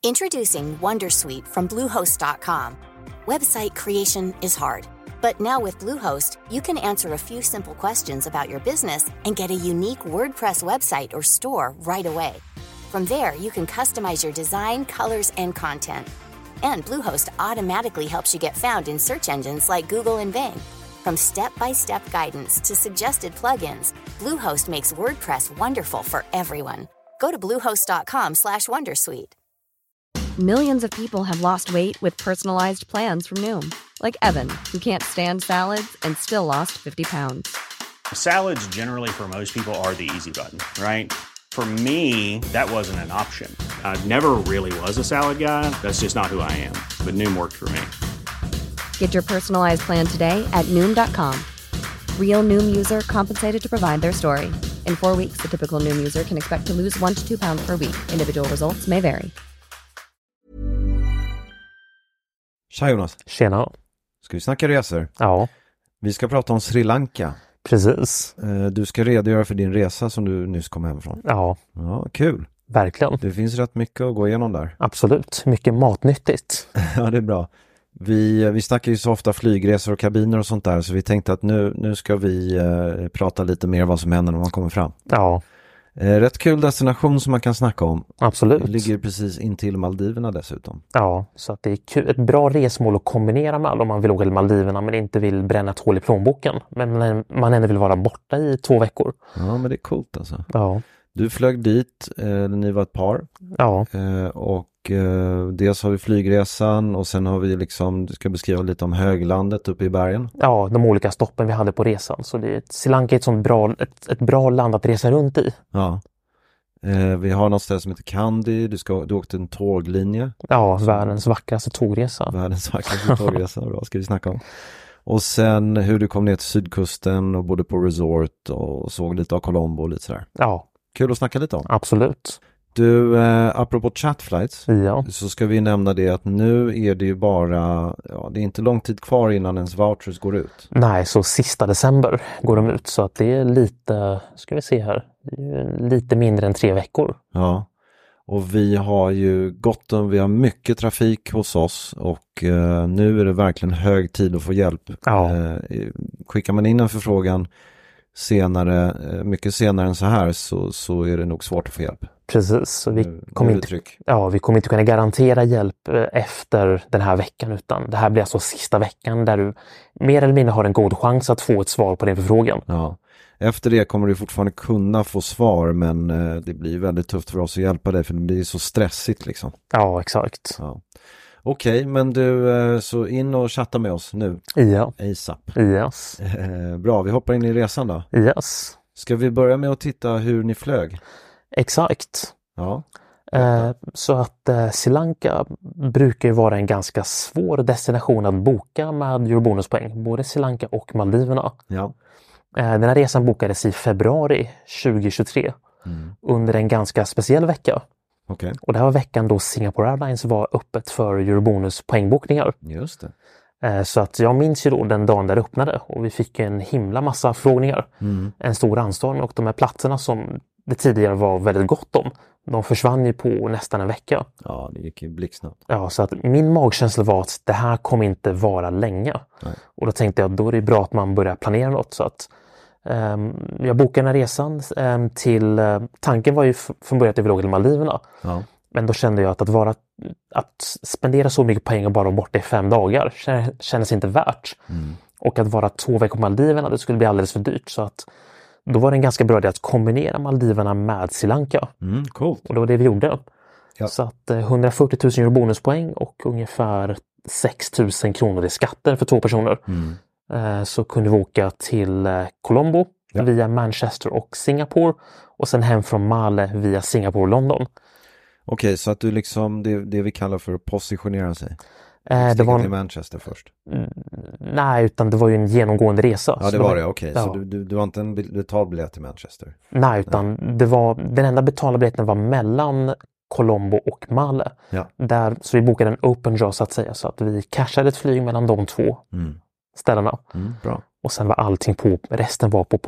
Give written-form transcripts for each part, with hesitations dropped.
Introducing Wondersuite from Bluehost.com. Website creation is hard, but now with Bluehost, you can answer a few simple questions about your business and get a unique WordPress website or store right away. From there, you can customize your design, colors, and content. And Bluehost automatically helps you get found in search engines like Google and Bing. From step-by-step guidance to suggested plugins, Bluehost makes WordPress wonderful for everyone. Go to bluehost.com/wondersuite. Millions of people have lost weight with personalized plans from Noom. Like Evan, who can't stand salads and still lost 50 pounds. Salads generally for most people are the easy button, right? For me, that wasn't an option. I never really was a salad guy. That's just not who I am. But Noom worked for me. Get your personalized plan today at Noom.com. Real Noom user compensated to provide their story. In 4 weeks, the typical Noom user can expect to lose 1 to 2 pounds per week. Individual results may vary. Tja Jonas. Tjena. Ska vi snacka resor? Ja. Vi ska prata om Sri Lanka. Precis. Du ska redogöra för din resa som du nyss kom hem från. Ja. Ja, kul. Verkligen. Det finns rätt mycket att gå igenom där. Absolut. Mycket matnyttigt. Ja, det är bra. Vi snackar ju så ofta flygresor och kabiner och sånt där, så vi tänkte att nu ska vi prata lite mer vad som händer när man kommer fram. Ja. Rätt kul destination som man kan snacka om. Absolut. Det ligger precis intill Maldiverna dessutom. Ja, så att det är kul. Ett bra resmål att kombinera med om man vill åka till Maldiverna men inte vill bränna ett hål i plånboken. Men man ändå vill vara borta i 2 veckor. Ja, men det är coolt alltså. Ja. Du flög dit, ni var ett par. Ja. Och dels har vi flygresan och sen har vi du ska beskriva lite om höglandet uppe i bergen. Ja, de olika stoppen vi hade på resan. Så Sri Lanka är ett bra land att resa runt i. Ja. Vi har något ställe som heter Kandy. Du åkte en tåglinje. Ja, världens vackraste tågresa. Världens vackraste tågresa, bra, ska vi snacka om. Och sen hur du kom ner till sydkusten och bodde på resort och såg lite av Colombo och lite sådär. Ja. Kul att snacka lite om. Absolut. Du, apropå chatflights, så ska vi nämna det att nu är det ju bara, det är inte lång tid kvar innan ens vouchers går ut. Nej, så sista december går de ut, så att det är lite, ska vi se här, lite mindre än 3 veckor. Ja, och vi har ju vi har mycket trafik hos oss och nu är det verkligen hög tid att få hjälp. Ja. Skickar man in en förfrågan mycket senare än så här så är det nog svårt att få hjälp. Precis, så vi kommer inte kunna garantera hjälp efter den här veckan, utan det här blir alltså sista veckan där du mer eller mindre har en god chans att få ett svar på din förfrågan. Ja. Efter det kommer du fortfarande kunna få svar, men det blir väldigt tufft för oss att hjälpa dig för det blir så stressigt liksom. Ja, exakt. Ja. Okej, men du, så in och chatta med oss nu. Ja. ASAP. Yes. Bra, vi hoppar in i resan då. Yes. Ska vi börja med att titta hur ni flög? Exakt. Ja. Så att Sri Lanka brukar ju vara en ganska svår destination att boka med eurobonuspoäng. Både Sri Lanka och Maldiverna. Ja. Den här resan bokades i februari 2023 under en ganska speciell vecka. Okay. Och det här var veckan då Singapore Airlines var öppet för eurobonus poängbokningar. Just det. Så att jag minns ju då den dagen där öppnade och vi fick en himla massa frågningar. En stor anstormning, och de här platserna som det tidigare var väldigt gott om, de försvann ju på nästan en vecka. Ja, det gick ju blixtsnabbt. Ja, så att min magkänsla var att det här kommer inte vara länge. Nej. Och då tänkte jag att då är det bra att man börjar planera något. Så att jag bokade den här resan till... tanken var ju från början att jag ville åka till Maldiverna. Ja. Men då kände jag att spendera så mycket pengar bara borta i 5 dagar kändes inte värt. Och att vara 2 veckor på Maldiverna, det skulle bli alldeles för dyrt. Så att då var det en ganska bra idé att kombinera Maldiverna med Sri Lanka. Coolt. Och det var det vi gjorde. Ja. Så att 140 000 euro bonuspoäng och ungefär 6 000 kronor i skatter för 2 personer. Så kunde vi åka till Colombo via Manchester och Singapore. Och sen hem från Male via Singapore och London. Okej, så att du liksom, det vi kallar för att positionera sig. Det var till Manchester först. Nej, utan det var ju en genomgående resa. Ja, det var det, okej. Ja. Så du har inte en betalbiljett till Manchester? Nej, utan det var, den enda betalbiljetten var mellan Colombo och Male. Ja. Så vi bokade en open draw så att säga, så att vi cashade ett flyg mellan de 2 ställena. Bra. Och sen var resten var på poäng.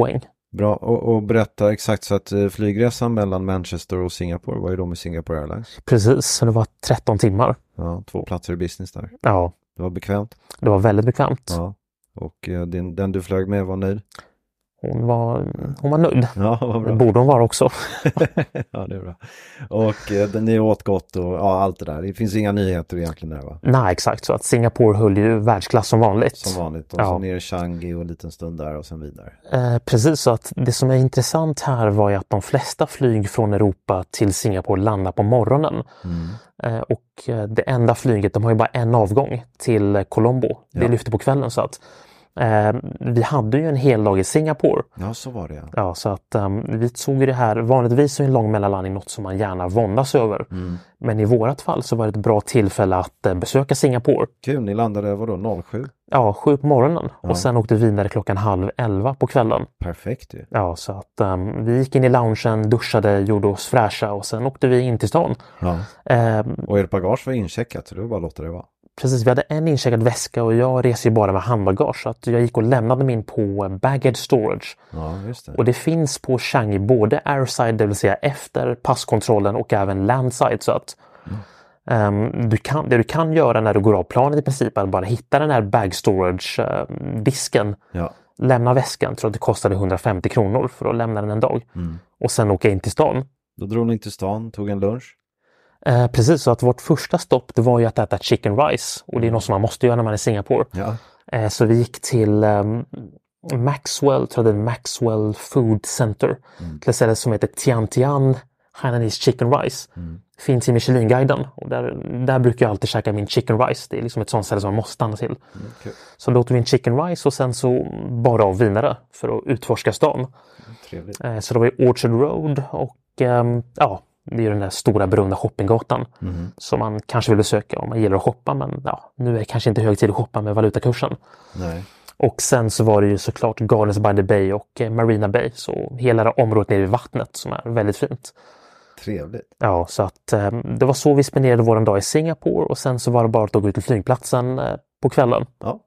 Bra, och berätta exakt så att flygresan mellan Manchester och Singapore var ju då med Singapore Airlines. Precis, så det var 13 timmar. Ja, 2 platser i business där. Ja. Det var bekvämt. Det var väldigt bekvämt. Ja, och den du flög med var nöjd? Hon var nöjd. Ja, vad bra. Det borde hon vara också. Ja, det är bra. Och ni åt gott och allt det där. Det finns inga nyheter egentligen där, va? Nej, exakt. Så att Singapore höll ju världsklass som vanligt. Som vanligt. Och så ner i Changi och en liten stund där och sen vidare. Precis, så att det som är intressant här var ju att de flesta flyg från Europa till Singapore landar på morgonen. Och det enda flyget, de har ju bara en avgång till Colombo. Det lyfter på kvällen, så att vi hade ju en hel dag i Singapore. Ja, så var det. Ja, så att vi tog det här, vanligtvis är en lång mellanlandning något som man gärna våndas över. Men i vårat fall så var det ett bra tillfälle att besöka Singapore. Kul, ni landade vadå, 07? Ja, 7 på morgonen. Ja. Och sen åkte vi vidare 10:30 på kvällen. Perfekt ju. Ja, så att vi gick in i loungen, duschade, gjorde oss fräscha och sen åkte vi in till stan. Ja. Och ert bagage var incheckat, så det var bara att låta det vara. Precis, vi hade en incheckad väska och jag reser ju bara med handbagage, så att jag gick och lämnade min på baggage storage. Ja, just det. Och det finns på Changi både airside, det vill säga efter passkontrollen, och även landside, så att det du kan göra när du går av planet i princip är att bara hitta den här bag storage disken, lämna väskan, tror att det kostade 150 kronor för att lämna den en dag och sen åka in till stan. Då drog ni in till stan, tog en lunch? Precis, så att vårt första stopp, det var ju att äta chicken rice, och det är något som man måste göra när man är i Singapore. Ja. Så vi gick till Maxwell Food Center, till ett ställe som heter Tian Tian Hainanese Chicken Rice. Finns i Michelin-guiden, och där brukar jag alltid käka min chicken rice. Det är liksom ett sånt ställe som man måste stanna till. Okay. Så då tog vi en chicken rice och sen så bara av vidare för att utforska stan. Trevligt. Så då var vi Orchard Road och det är den där stora berömda shoppinggatan som man kanske vill besöka om man gillar att shoppa, men nu är det kanske inte hög tid att shoppa med valutakursen. Nej. Och sen så var det ju såklart Gardens by the Bay och Marina Bay, så hela det området nere vid vattnet som är väldigt fint. Trevligt. Ja, så att det var så vi spenderade våran dag i Singapore, och sen så var det bara att gå ut till flygplatsen på kvällen. Ja.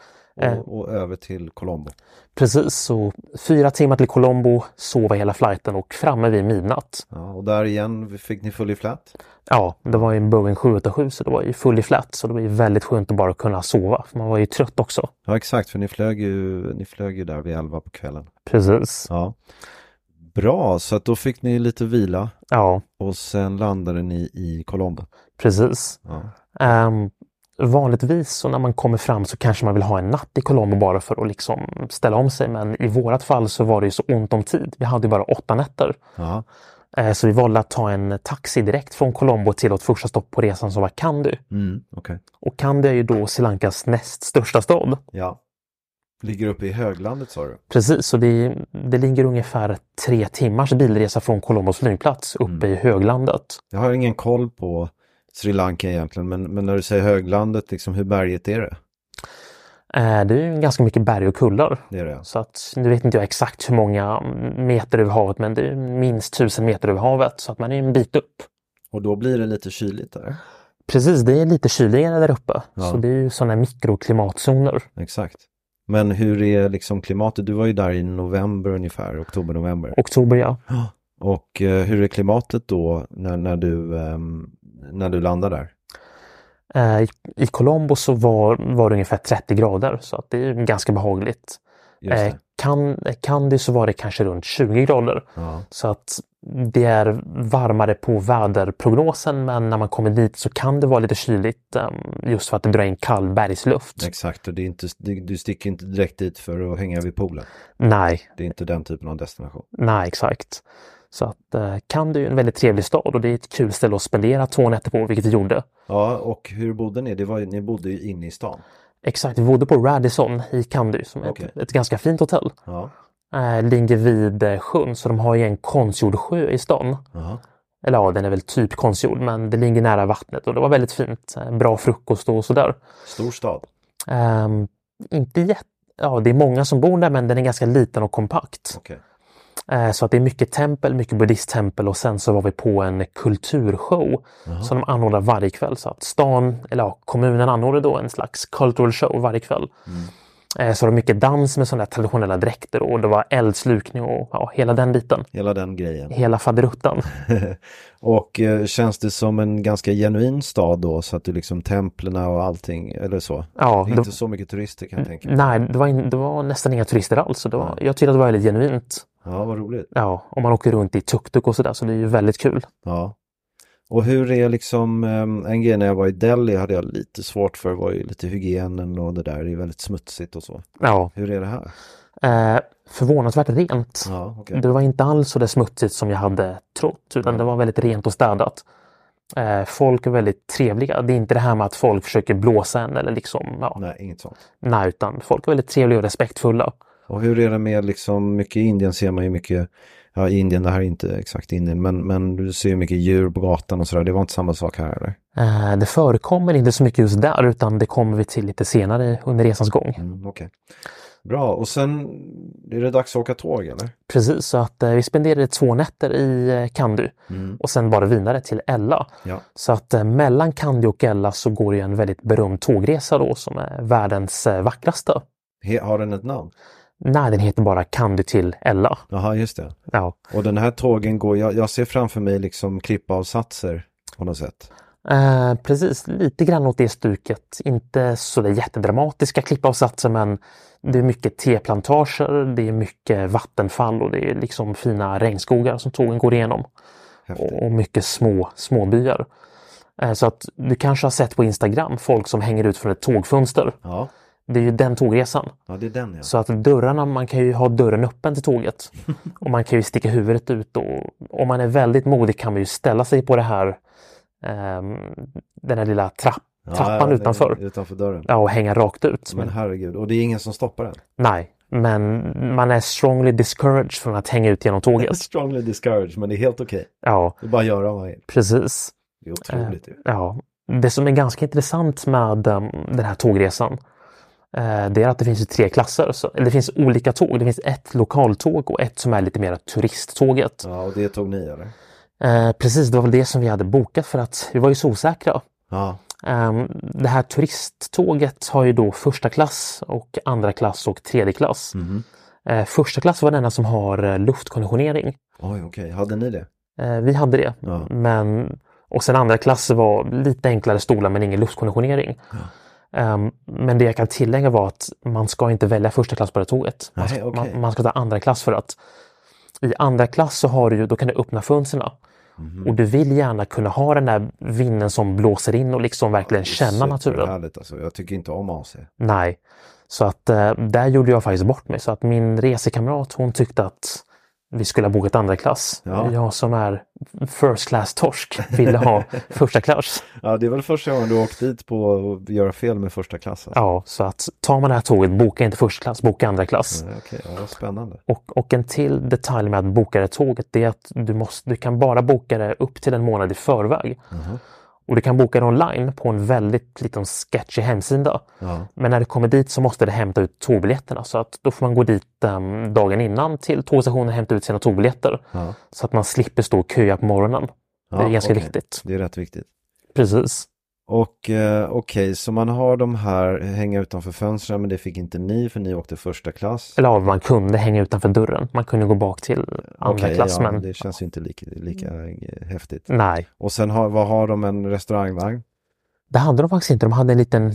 Och över till Colombo. Precis, så 4 timmar till Colombo, sova hela flighten och framme vid midnatt. Ja, och där igen fick ni full i flat? Ja, det var ju en Boeing 787, så det var ju full i flat, så det var ju väldigt skönt att bara kunna sova, för man var ju trött också. Ja, exakt, för ni flög ju där vid 11 på kvällen. Precis. Ja. Bra, så att då fick ni lite vila. Ja. Och sen landade ni i Colombo. Precis. Ja. Vanligtvis så när man kommer fram så kanske man vill ha en natt i Colombo bara för att liksom ställa om sig, men i vårat fall så var det ju så ont om tid. Vi hade ju bara 8 nätter. Ja. Så vi valde att ta en taxi direkt från Colombo till vårt första stopp på resan, som var Kandy. Okay. Och Kandy är ju då Sri Lankas näst största stad. Ja. Ligger uppe i höglandet, sa du? Precis, så det ligger ungefär 3 timmars bilresa från Colombos flygplats uppe i höglandet. Jag har ingen koll på Sri Lanka egentligen, men när du säger höglandet, liksom, hur berget är det? Det är ju ganska mycket berg och kullar. Det är det. Så att, nu vet inte jag exakt hur många meter över havet, men det är minst 1000 meter över havet, så att man är en bit upp. Och då blir det lite kyligt där? Precis, det är lite kyligare där uppe. Ja. Så det är ju sådana mikroklimatzoner. Exakt. Men hur är liksom klimatet? Du var ju där i november ungefär, oktober-november. Oktober, ja. Och hur är klimatet då när du landar där? I Colombo så var det ungefär 30 grader, så att det är ganska behagligt. Kandy så var det kanske runt 20 grader. Ja. Så att det är varmare på väderprognosen, men när man kommer dit så kan det vara lite kyligt just för att det drar in kall bergsluft. Exakt, och du sticker inte direkt dit för att hänga vid poolen. Nej. Det är inte den typen av destination. Nej, exakt. Så att Kandy är en väldigt trevlig stad, och det är ett kul ställe att spendera 2 nätter på, vilket vi gjorde. Ja, och hur bodde ni? Ni bodde ju inne i stan. Exakt, vi bodde på Radisson i Kandy, som är ett ganska fint hotell. Ja. Ligger vid sjön, så de har ju en konstgjord sjö i stan. Ja. Eller ja, den är väl typ konstgjord, men det ligger nära vattnet, och det var väldigt fint. Bra frukost och sådär. Stor stad? Inte det är många som bor där, men den är ganska liten och kompakt. Okay. Så att det är mycket buddhisttempel, och sen så var vi på en kulturshow som de anordnar varje kväll. Så att kommunen anordnar då en slags cultural show varje kväll. Så det var mycket dans med sådana traditionella dräkter och det var eldslukning och hela den biten. Hela den grejen. Hela faderuttan. Och känns det som en ganska genuin stad då, så att du liksom templerna och allting eller så? Ja, det är inte så mycket turister kan jag tänka mig. Nej, det var nästan inga turister alls. Så jag tyckte att det var väldigt genuint. Ja, vad roligt. Ja, och man åker runt i tuk-tuk och sådär, så det är ju väldigt kul. Ja. Och hur är liksom, en grej när jag var i Delhi hade jag lite svårt för, var ju lite hygienen och det där är väldigt smutsigt och så. Ja. Hur är det här? Förvånansvärt rent. Ja, okay. Det var inte alls så det smutsigt som jag hade trott, utan det var väldigt rent och städat. Folk är väldigt trevliga. Det är inte det här med att folk försöker blåsa en eller liksom... Nej, inget sånt. Nej, utan folk är väldigt trevliga och respektfulla. Och hur är det med liksom, mycket i Indien ser man ju mycket... Ja, i Indien, det här är inte exakt Indien, men du ser ju mycket djur på gatan och sådär. Det var inte samma sak här, eller? Det förekommer inte så mycket just där, utan det kommer vi till lite senare under resans gång. Okej. Bra, och sen är det dags att åka tåg, eller? Precis, så att vi spenderade 2 nätter i Kandy och sen bara vidare till Ella. Ja. Så att mellan Kandy och Ella så går det en väldigt berömd tågresa då som är världens vackraste. Har den ett namn? Nej, den heter bara Kandy till Ella. Jaha, just det. Ja. Och den här tågen går, jag ser framför mig liksom klippavsatser på något sätt. Precis, lite grann åt det stuket. Inte så det jättedramatiska klippavsatser, men det är mycket teplantager, det är mycket vattenfall och det är liksom fina regnskogar som tågen går igenom. Häftigt. Och mycket små byar. Så att du kanske har sett på Instagram folk som hänger ut från ett tågfönster. Ja. Det är ju den tågresan. Ja, det är den, ja. Så att dörrarna, man kan ju ha dörren öppen till tåget. Och man kan ju sticka huvudet ut. Och om man är väldigt modig kan man ju ställa sig på det här den här lilla trappan utanför dörren. Ja, och hänga rakt ut. Men herregud, och det är ingen som stoppar den? Nej, men man är strongly discouraged från att hänga ut genom tåget. Strongly discouraged, men det är helt okej. Ja. Det är bara att göra vad man vill. Precis. Det är otroligt. Ja. Det som är ganska intressant med den här tågresan, det är att det finns 3 klasser. Det finns olika tåg. Det finns ett lokaltåg och ett som är lite mer turisttåget. Ja, och det tog ni, eller? Precis, det var väl det som vi hade bokat för att vi var ju så osäkra. Ja. Det här turisttåget har ju då första klass och andra klass och tredje klass. Första klass var den som har luftkonditionering. Oj, okej. Hade ni det? Vi hade det. Ja. Och sen andra klass var lite enklare stolar men ingen luftkonditionering. Ja. Men det jag kan tillägga var att man ska inte välja första klass på det tåget. Man ska ta andra klass för att i andra klass så har då kan du öppna fönstren. Och du vill gärna kunna ha den där vinden som blåser in och liksom verkligen känna naturen. Härligt, alltså. Jag tycker inte om AC. Nej, så att där gjorde jag faktiskt bort mig. Så att min resekamrat, hon tyckte att vi skulle ha bokat andra klass. Ja. Jag som är first class torsk ville ha första klass. Ja, det är väl första gången du åkt dit på att göra fel med första klass. Alltså. Ja, så att tar man det här tåget, boka inte första klass, boka andra klass. Okej, ja, spännande. Och en till detalj med att boka det tåget, det är att du kan bara boka det upp till en månad i förväg. Och du kan boka det online på en väldigt liten sketchy hemsida. Ja. Men när du kommer dit så måste du hämta ut tågbiljetterna. Så att då får man gå dit dagen innan till tågstationen och hämta ut sina tågbiljetter. Ja. Så att man slipper stå och köa på morgonen. Ja, det är ganska viktigt. Det är rätt viktigt. Precis. Och okej, så man har de här hänga utanför fönstren, men det fick inte ni för ni åkte första klass. Eller man kunde hänga utanför dörren. Man kunde gå bak till andra klass. Ja, men det känns ju inte lika häftigt. Nej. Och sen vad har de, en restaurangvagn? Det hade de faktiskt inte. De hade en liten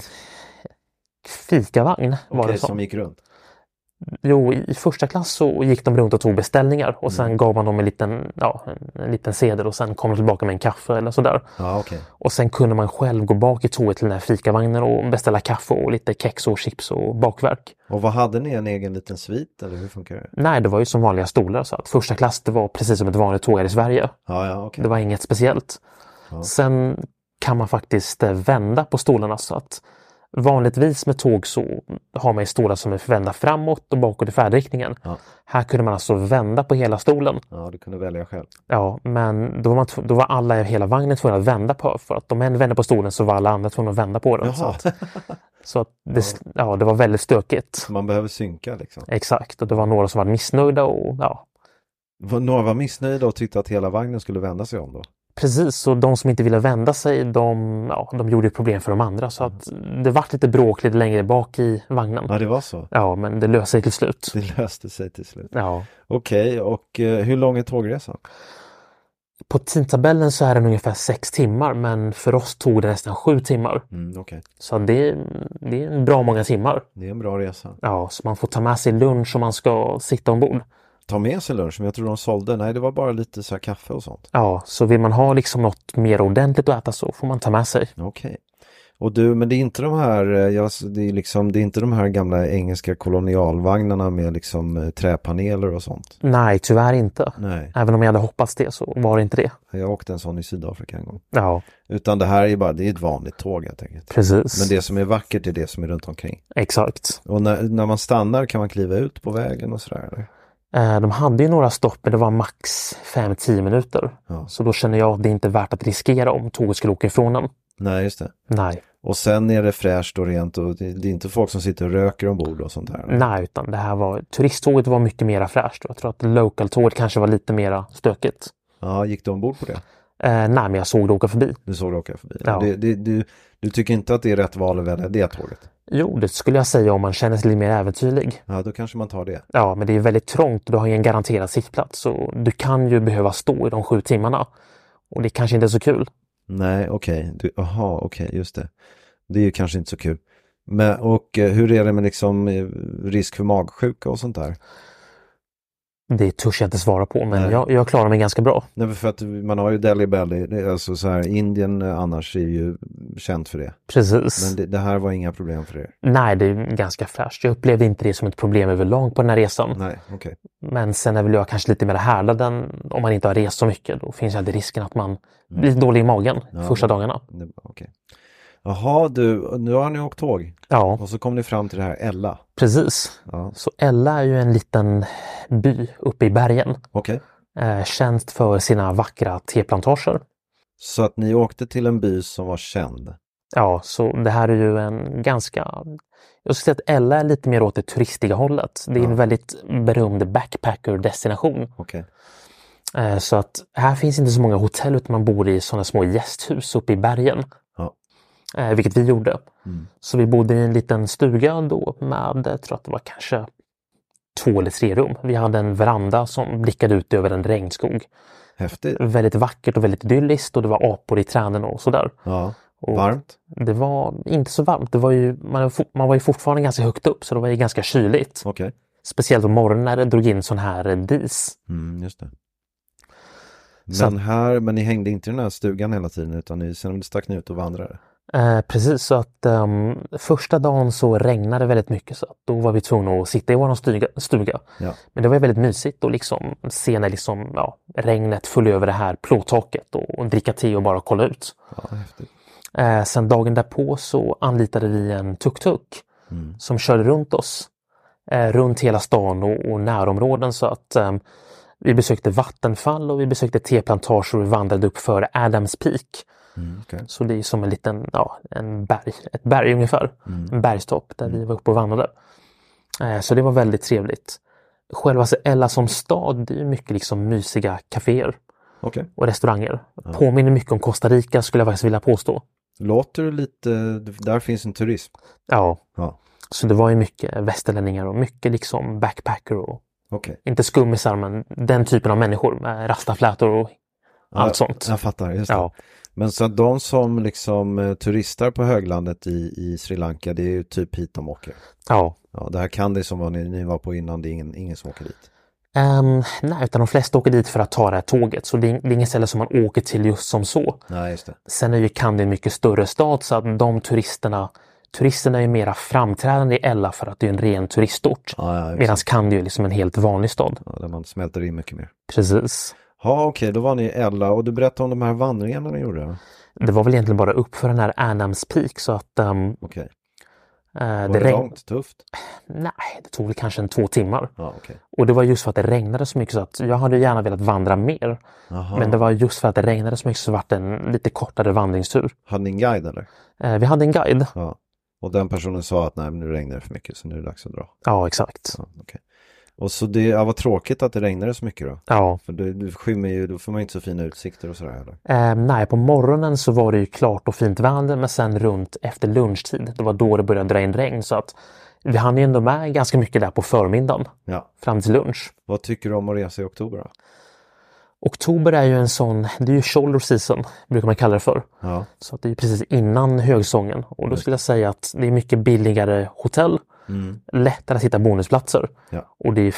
fikavagn. Okej, som gick runt? Jo, i första klass så gick de runt och tog beställningar och sen gav man dem en liten sedel och sen kom de tillbaka med en kaffe eller sådär. Ja, okay. Och sen kunde man själv gå bak i tåget till den här fikavagnen och beställa kaffe och lite kex och chips och bakverk. Och vad hade ni, en egen liten svit eller hur funkar det? Nej, det var ju som vanliga stolar, så att första klass det var precis som ett vanligt tåg här i Sverige. Ja, okay. Det var inget speciellt. Ja. Sen kan man faktiskt vända på stolarna, så att vanligtvis med tåg så har man ju stolar som är vända framåt och bakåt i färdriktningen. Ja. Här kunde man alltså vända på hela stolen. Ja, du kunde välja själv. Ja, men då var alla i hela vagnen tvungna att vända på. För att om en vände på stolen så var alla andra tvungna att vända på den. Så att det var väldigt stökigt. Man behöver synka liksom. Exakt, och det var några som var missnöjda och Några var missnöjda och tyckte att hela vagnen skulle vända sig om då? Precis, så de som inte ville vända sig, de gjorde problem för de andra. Så att det var lite bråk lite längre bak i vagnen. Ja, det var så. Ja, men det löste sig till slut. Det löste sig till slut. Ja. Okej, och hur lång är tågresan? På tidtabellen så är den ungefär 6 timmar, men för oss tog det nästan 7 timmar. Okay. Så det är en bra många timmar. Det är en bra resa. Ja, så man får ta med sig lunch om man ska sitta ombord. Ta med sig lunch, men jag tror de sålde. Nej, det var bara lite så här kaffe och sånt. Ja, så vill man ha liksom något mer ordentligt att äta så får man ta med sig. Okej. Och du, men det är inte de här, det är inte de här gamla engelska kolonialvagnarna med liksom träpaneler och sånt? Nej, tyvärr inte. Nej. Även om jag hade hoppats det så var det inte det. Jag åkte en sån i Sydafrika en gång. Ja. Utan det här är bara, det är ett vanligt tåg helt enkelt. Precis. Men det som är vackert är det som är runt omkring. Exakt. Och när man stannar kan man kliva ut på vägen och sådär eller? De hade ju några stopp, men det var max 5-10 minuter. Ja. Så då känner jag att det inte är värt att riskera om tåget skulle åka ifrån den. Nej, just det. Nej. Och sen är det fräscht och rent och det är inte folk som sitter och röker ombord och sånt här? Eller? Nej, utan det här var, turisttåget var mycket mer fräscht. Jag tror att local-tåget kanske var lite mer stökigt. Ja, gick du ombord på det? Nej, men jag såg det åka förbi. Du såg det åka förbi? Ja. Du tycker inte att det är rätt val att välja det tåget? Jo, det skulle jag säga om man känner sig lite mer äventyrlig. Ja, då kanske man tar det. Ja, men det är väldigt trångt och du har ju en garanterad sittplats. Så du kan ju behöva stå i de 7 timmarna. Och det kanske inte är så kul. Nej, okej. Okej, just det. Det är ju kanske inte så kul. Men, och hur är det med liksom risk för magsjuka och sånt där? Det törs jag inte svara på, men jag klarar mig ganska bra. Nej, för att man har ju Delhi Belly, alltså så här, Indien annars är ju känt för det. Precis. Men det här var inga problem för er? Nej, det är ganska fräscht. Jag upplevde inte det som ett problem överlag på den här resan. Nej, okej. Men sen är väl jag kanske lite mer härdad än om man inte har rest så mycket. Då finns alltid risken att man blir dålig i magen första dagarna. Okej. Jaha, nu har ni åkt tåg. Ja. Och så kom ni fram till det här Ella. Precis. Ja. Så Ella är ju en liten by uppe i bergen. Okej. Känd för sina vackra teplantager. Så att ni åkte till en by som var känd? Ja, så det här är ju en ganska... Jag skulle säga att Ella är lite mer åt det turistiga hållet. Det är en väldigt berömd backpacker-destination. Okej. Så att här finns inte så många hotell utan man bor i sådana små gästhus uppe i bergen. Ja. Vilket vi gjorde. Så vi bodde i en liten stuga då med, jag tror att det var kanske 2 eller 3 rum. Vi hade en veranda som blickade ut över en regnskog. Häftigt. Väldigt vackert och väldigt idylliskt och det var apor i träden och sådär. Ja. Och varmt? Det var inte så varmt. Det var ju, man var ju fortfarande ganska högt upp så det var ju ganska kyligt. Okej. Speciellt på morgonen när det drog in sån här dis. Just det. Men ni hängde inte i den här stugan hela tiden utan sen stack ni ut och vandrade? Precis, så att första dagen så regnade det väldigt mycket så att då var vi tvungna att sitta i vår stuga. Ja. Men det var väldigt mysigt att liksom se när liksom, regnet föll över det här plåttaket och dricka te och bara kolla ut. Ja, häftigt. Sen dagen därpå så anlitade vi en tuk-tuk som körde runt oss. Runt hela stan och närområden så att vi besökte vattenfall och vi besökte teplantager och vi vandrade upp för Adams Peak. Okay. Så det är som en liten, ett berg ungefär. En bergstopp där vi var uppe och vandrade. Så det var väldigt trevligt. Själva Ella som stad, det är mycket liksom mysiga kaféer och restauranger. Påminner mycket om Costa Rica skulle jag faktiskt vilja påstå. Låter lite, där finns en turism. Ja. Så det var ju mycket västerlänningar och mycket liksom backpacker och inte skummisar men den typen av människor med rastaflätor och allt sånt. Jag fattar, just det. Ja. Men så att de som liksom turistar på höglandet i Sri Lanka, det är ju typ hit de åker. Ja, det här kan det som ni var på innan, det är ingen som åker dit. Nej, utan de flesta åker dit för att ta det här tåget. Så det är inget ställe som man åker till just som så. Nej, just det. Sen är ju Kandy en mycket större stad så att de turisterna är mera framträdande i Ella för att det är en ren turistort. Medan Kandy är liksom en helt vanlig stad. Ja, där man smälter in mycket mer. Precis. Ja, okej, då var ni i Ella och du berättade om de här vandringarna ni gjorde. Det var väl egentligen bara upp för den här Adams Peak så att... Var det långt? Tufft? Nej, det tog väl kanske 2 timmar. Ja, okay. Och det var just för att det regnade så mycket så att jag hade gärna velat vandra mer. Aha. Men det var just för att det regnade så mycket så vart det en lite kortare vandringstur. Hade ni en guide eller? Vi hade en guide. Ja. Och den personen sa att nej, men nu regnar det för mycket så nu är det dags att dra. Ja, exakt. Ja, okay. Och så det var tråkigt att det regnade så mycket då. Ja. För det skymmer ju, då får man inte så fina utsikter och sådär eller? Nej, på morgonen så var det ju klart och fint väder, men sen runt efter lunchtid, det var då det började dra in regn, så att vi hann ju ändå med ganska mycket där på förmiddagen. Ja. Fram till lunch. Vad tycker du om att resa i oktober då? Oktober är ju en sån, det är ju shoulder season brukar man kalla det för. Ja. Så att det är precis innan högsäsongen, och då skulle jag säga att det är mycket billigare hotell, lättare att hitta bonusplatser, och det är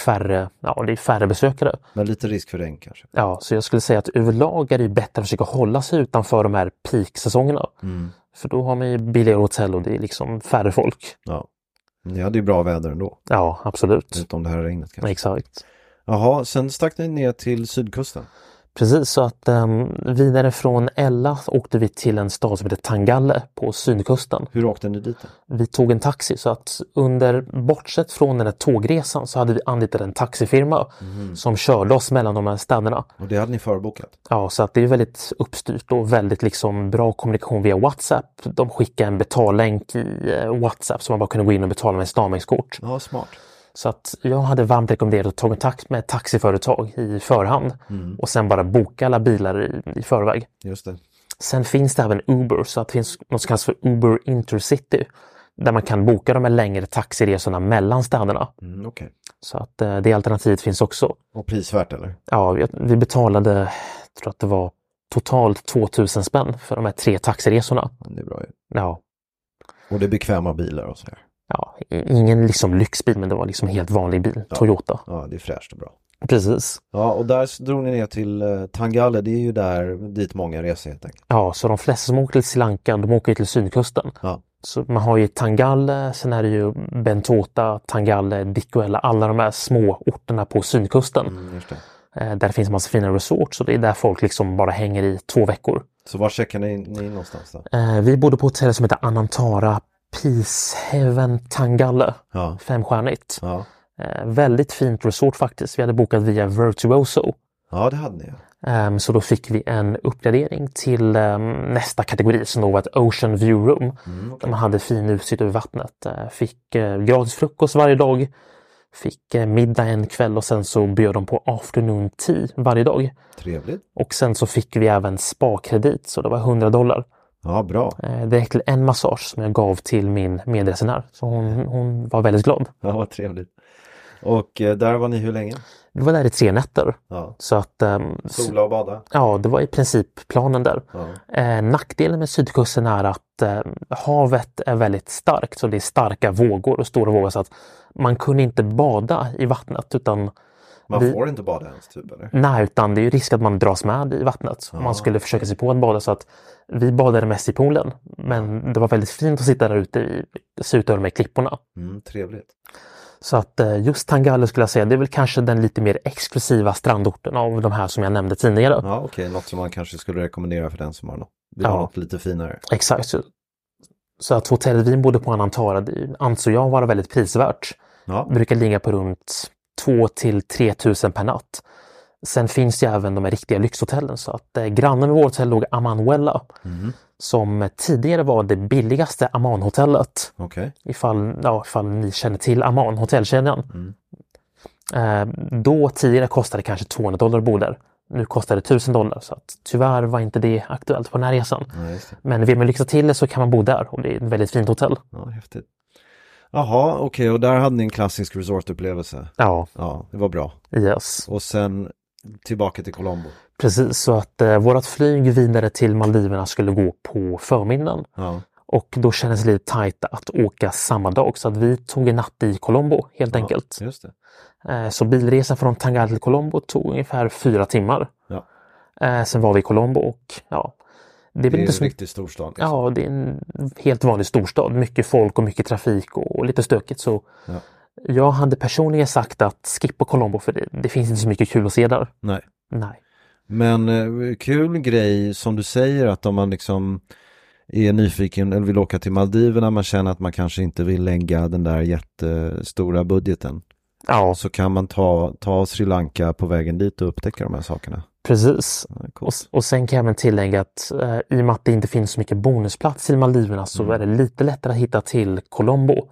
färre besökare. Men lite risk för regn kanske. Ja, så jag skulle säga att överlag är det bättre att försöka hålla sig utanför de här peak-säsongerna. För då har man ju billigare hotell och det är liksom färre folk. Ja, ni hade ju bra väder ändå. Ja, absolut. Utom det här regnet kanske. Exakt. Jaha, sen stack ni ner till sydkusten. Precis, så att vidare från Ella åkte vi till en stad som heter Tangalle på sydkusten. Hur åkte ni dit? Vi tog en taxi, så att bortsett från den här tågresan så hade vi anlitat en taxifirma som körde oss mellan de här städerna. Och det hade ni förbokat? Ja, så att det är väldigt uppstyrt och väldigt liksom bra kommunikation via WhatsApp. De skickade en betallänk i WhatsApp så man bara kunde gå in och betala med ett stavningskort. Ja, smart. Så att jag hade varmt rekommenderat att ta kontakt med ett taxiföretag i förhand och sen bara boka alla bilar i förväg. Just det. Sen finns det även Uber, så att det finns något som kallas för Uber Intercity där man kan boka de här längre taxiresorna mellan städerna. Okay. Så att det alternativet finns också. Och prisvärt eller? Ja, vi betalade, jag tror att det var totalt 2000 spänn för de här 3 taxiresorna. Det är bra ju. Ja. Och det är bekväma bilar och sådär. Ja, ingen liksom lyxbil, men det var liksom helt vanlig bil, Toyota. Ja, det är fräscht och bra. Precis. Ja, och där drog ni ner till Tangalle, det är ju dit många reser helt enkelt. Ja, så de flesta som åker till Sri Lanka, de åker till sydkusten. Ja. Så man har ju Tangalle, sen är det ju Bentota, Tangalle, Dikuela, alla de här små orterna på sydkusten. Just det. Där finns en massa fina resorts, så det är där folk liksom bara hänger i 2 veckor. Så var checkar ni någonstans då? Vi bodde på ett hotell som heter Anantara Peace Heaven Tangalle. 5-stjärnigt. Ja. Väldigt fint resort faktiskt. Vi hade bokat via Virtuoso. Ja, det hade ni. Så då fick vi en uppgradering till nästa kategori som då var ett Ocean View Room. Där man hade fin utsikt över vattnet. Fick gratis frukost varje dag. Fick middag en kväll och sen så bjöd de på afternoon tea varje dag. Trevligt. Och sen så fick vi även spa-kredit, så det var $100. Ja, bra. Det räckte till en massage som jag gav till min medresenär. Så hon var väldigt glad. Ja, vad trevligt. Och där var ni hur länge? Vi var där i 3 nätter. Ja. Så att, sola och bada? Ja, det var i princip planen där. Ja. Nackdelen med sydkusten är att havet är väldigt starkt. Så det är starka vågor och stora vågor. Så att man kunde inte bada i vattnet utan... Man får inte bada ens typ eller? Nej, utan det är ju risk att man dras med i vattnet. Om man skulle försöka sig på att bada, så att vi badade mest i poolen. Men det var väldigt fint att sitta där ute se ut över med klipporna. Trevligt. Så att just Tangalle skulle jag säga, det är väl kanske den lite mer exklusiva strandorten av de här som jag nämnde tidigare. Ja, okej. Något som man kanske skulle rekommendera för den som har något lite finare. Exakt. Så att hotellet vi bodde på Anantara, det ansåg jag vara väldigt prisvärt. Ja. Brukar ligga på runt 2 till 3 000 per natt. Sen finns ju även de här riktiga lyxhotellen, så att grannen med vårt hotell låg Amanuella som tidigare var det billigaste Amman-hotellet. Okay. Ifall ni känner till Amman, hotellkedjan. Då tidigare kostade det kanske $200 att bo där. Nu kostar det $1000, så att tyvärr var inte det aktuellt på den här resan. Men vill man lyxa till det så kan man bo där, och det är ett väldigt fint hotell. Ja, häftigt. Jaha, okej. Och där hade ni en klassisk resortupplevelse. Ja. Ja, det var bra. Yes. Och sen tillbaka till Colombo. Precis, så att vårat flyg vidare till Maldiverna skulle gå på förmiddagen. Ja. Och då kändes det lite tajt att åka samma dag, så att vi tog en natt i Colombo helt enkelt. Just det. Så bilresan från Tangalle till Colombo tog ungefär 4 timmar. Ja. Sen var vi i Colombo och det är en riktig storstad. Liksom. Ja, det är en helt vanlig storstad. Mycket folk och mycket trafik och lite stökigt. Så jag hade personligen sagt att skippa Colombo, för det finns inte så mycket kul att se där. Nej. Nej. Men kul grej som du säger, att om man liksom är nyfiken eller vill åka till Maldiverna, man känner att man kanske inte vill lägga den där jättestora budgeten. Ja. Så kan man ta Sri Lanka på vägen dit och upptäcka de här sakerna. Precis. Ja, och sen kan jag även tillägga att i och med att det inte finns så mycket bonusplats i Maldiverna så är det lite lättare att hitta till Colombo.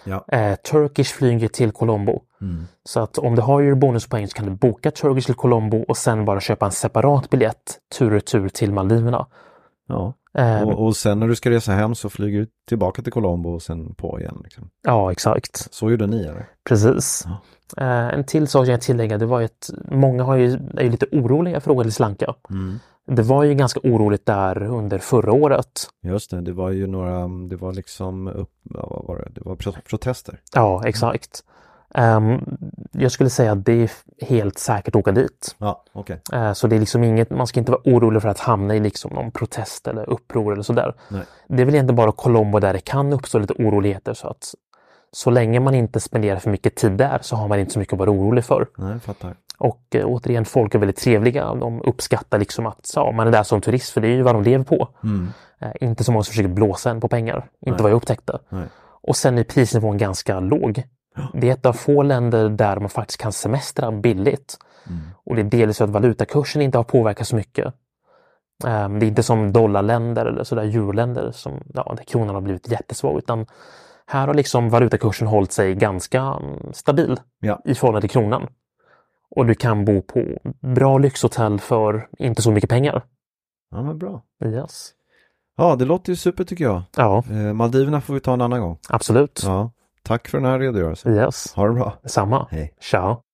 Ja. Turkish flyger till Colombo. Så att om du har ju bonuspoäng så kan du boka Turkish till Colombo och sen bara köpa en separat biljett tur och tur till Maldiverna. Ja. Och sen när du ska resa hem så flyger du tillbaka till Colombo och sen på igen. Liksom. Ja, exakt. Så gjorde ni, eller? Precis. Ja. En till sak jag tillägga, det var ju att många är ju lite oroliga för att åka till Sri Lanka. Det var ju ganska oroligt där under förra året. Just det var ju det var liksom vad var det? Det var protester. Ja, exakt. Jag skulle säga att det är helt säkert att åka dit. Ja, okej. Så det är liksom inget, man ska inte vara orolig för att hamna i liksom någon protest eller uppror eller sådär. Nej. Det är väl inte bara Colombo där det kan uppstå lite oroligheter, så att så länge man inte spenderar för mycket tid där så har man inte så mycket att vara orolig för. Nej, fattar. Och återigen, folk är väldigt trevliga. De uppskattar liksom att man är där som turist, för det är ju vad de lever på. Inte så många som försöker blåsa en på pengar. Inte vad jag upptäckte. Nej. Och sen är prisnivån ganska låg. Det är ett av få länder där man faktiskt kan semestra billigt. Och det är dels så att valutakursen inte har påverkat så mycket. Det är inte som dollarländer eller sådär euroländer som, där kronan har blivit jättesvag, utan här har liksom valutakursen hållit sig ganska stabil i förhållande till kronan. Och du kan bo på bra lyxhotell för inte så mycket pengar. Ja, men bra. Yes. Ja, det låter ju super tycker jag. Ja. Maldiverna får vi ta en annan gång. Absolut. Ja. Tack för den här redogörelsen. Yes. Ha det bra. Samma. Hej. Ciao.